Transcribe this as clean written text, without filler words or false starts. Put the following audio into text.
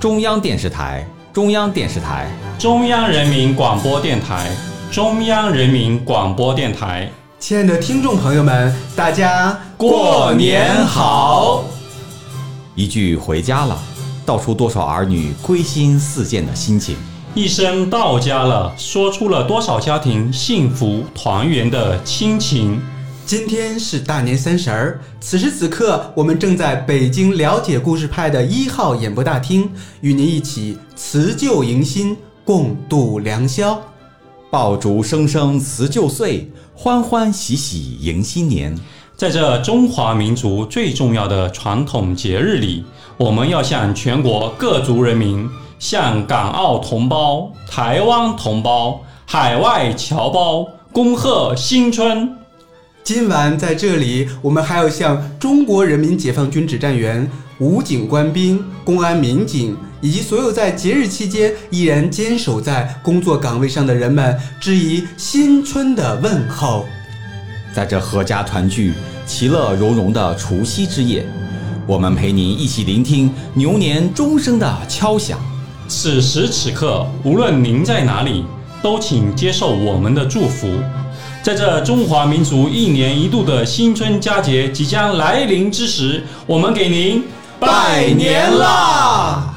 中央电视台，中央电视台， 中央人民广播电台，中央人民广播电台。 亲爱的听众朋友们，大家过年好！ 一句回家了，道出多少儿女归心似箭的心情； 一声到家了，说出了多少家庭幸福团圆的亲情。 今天是大年30，此时此刻，我们正在北京了解故事派的1号演播大厅，与您一起辞旧迎新，共度良宵。 爆竹声声辞旧岁，欢欢喜喜迎新年。 在这中华民族最重要的传统节日里，我们要向全国各族人民，向港澳同胞、台湾同胞、海外侨胞恭贺新春。 今晚在这里，我们还要向中国人民解放军指战员、武警官兵、公安民警以及所有在节日期间依然坚守在工作岗位上的人们致以新春的问候。 在这阖家团聚、其乐融融的除夕之夜，我们陪您一起聆听牛年钟声的敲响。 此时此刻，无论您在哪里，都请接受我们的祝福。在这中华民族1年1度的新春佳节即将来临之时，我们给您拜年啦！